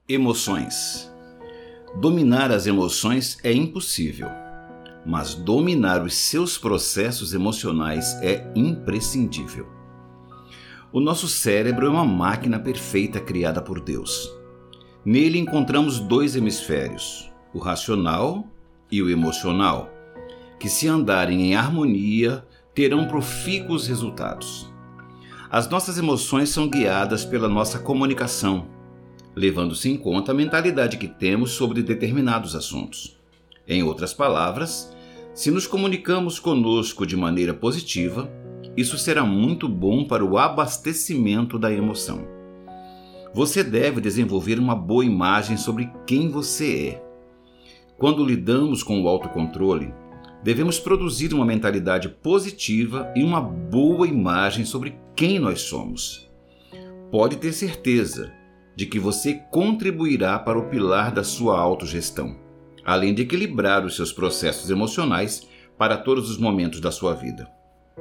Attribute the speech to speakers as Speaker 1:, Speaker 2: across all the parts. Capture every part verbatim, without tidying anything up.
Speaker 1: Emoções. Dominar as emoções é impossível, mas dominar os seus processos emocionais é imprescindível. O nosso cérebro é uma máquina perfeita criada por Deus. Nele encontramos dois hemisférios, o racional e o emocional, que, se andarem em harmonia, terão profícuos resultados. As nossas emoções são guiadas pela nossa comunicação, levando-se em conta a mentalidade que temos sobre determinados assuntos. Em outras palavras, se nos comunicamos conosco de maneira positiva, isso será muito bom para o abastecimento da emoção. Você deve desenvolver uma boa imagem sobre quem você é. Quando lidamos com o autocontrole, devemos produzir uma mentalidade positiva e uma boa imagem sobre quem nós somos. Pode ter certeza de que você contribuirá para o pilar da sua autogestão, além de equilibrar os seus processos emocionais para todos os momentos da sua vida.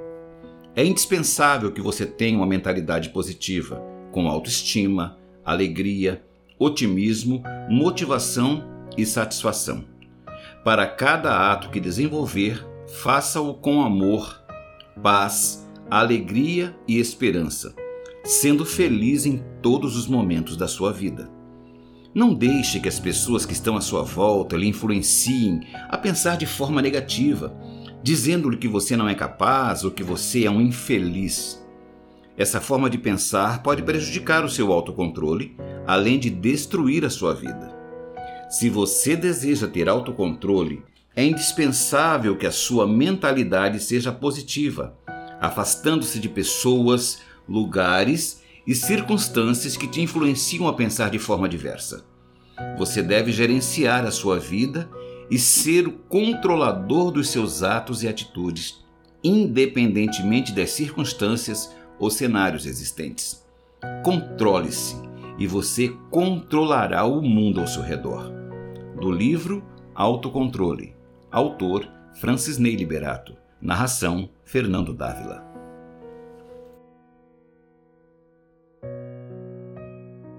Speaker 1: É indispensável que você tenha uma mentalidade positiva, com autoestima, alegria, otimismo, motivação e satisfação. Para cada ato que desenvolver, faça-o com amor, paz, alegria e esperança, sendo feliz em todos os momentos da sua vida. Não deixe que as pessoas que estão à sua volta lhe influenciem a pensar de forma negativa, dizendo-lhe que você não é capaz ou que você é um infeliz. Essa forma de pensar pode prejudicar o seu autocontrole, além de destruir a sua vida. Se você deseja ter autocontrole, é indispensável que a sua mentalidade seja positiva, afastando-se de pessoas, lugares e circunstâncias que te influenciam a pensar de forma diversa. Você deve gerenciar a sua vida e ser o controlador dos seus atos e atitudes, independentemente das circunstâncias ou cenários existentes. Controle-se e você controlará o mundo ao seu redor. Do livro Autocontrole. Autor Francisney Liberato. Narração Fernando Dávila.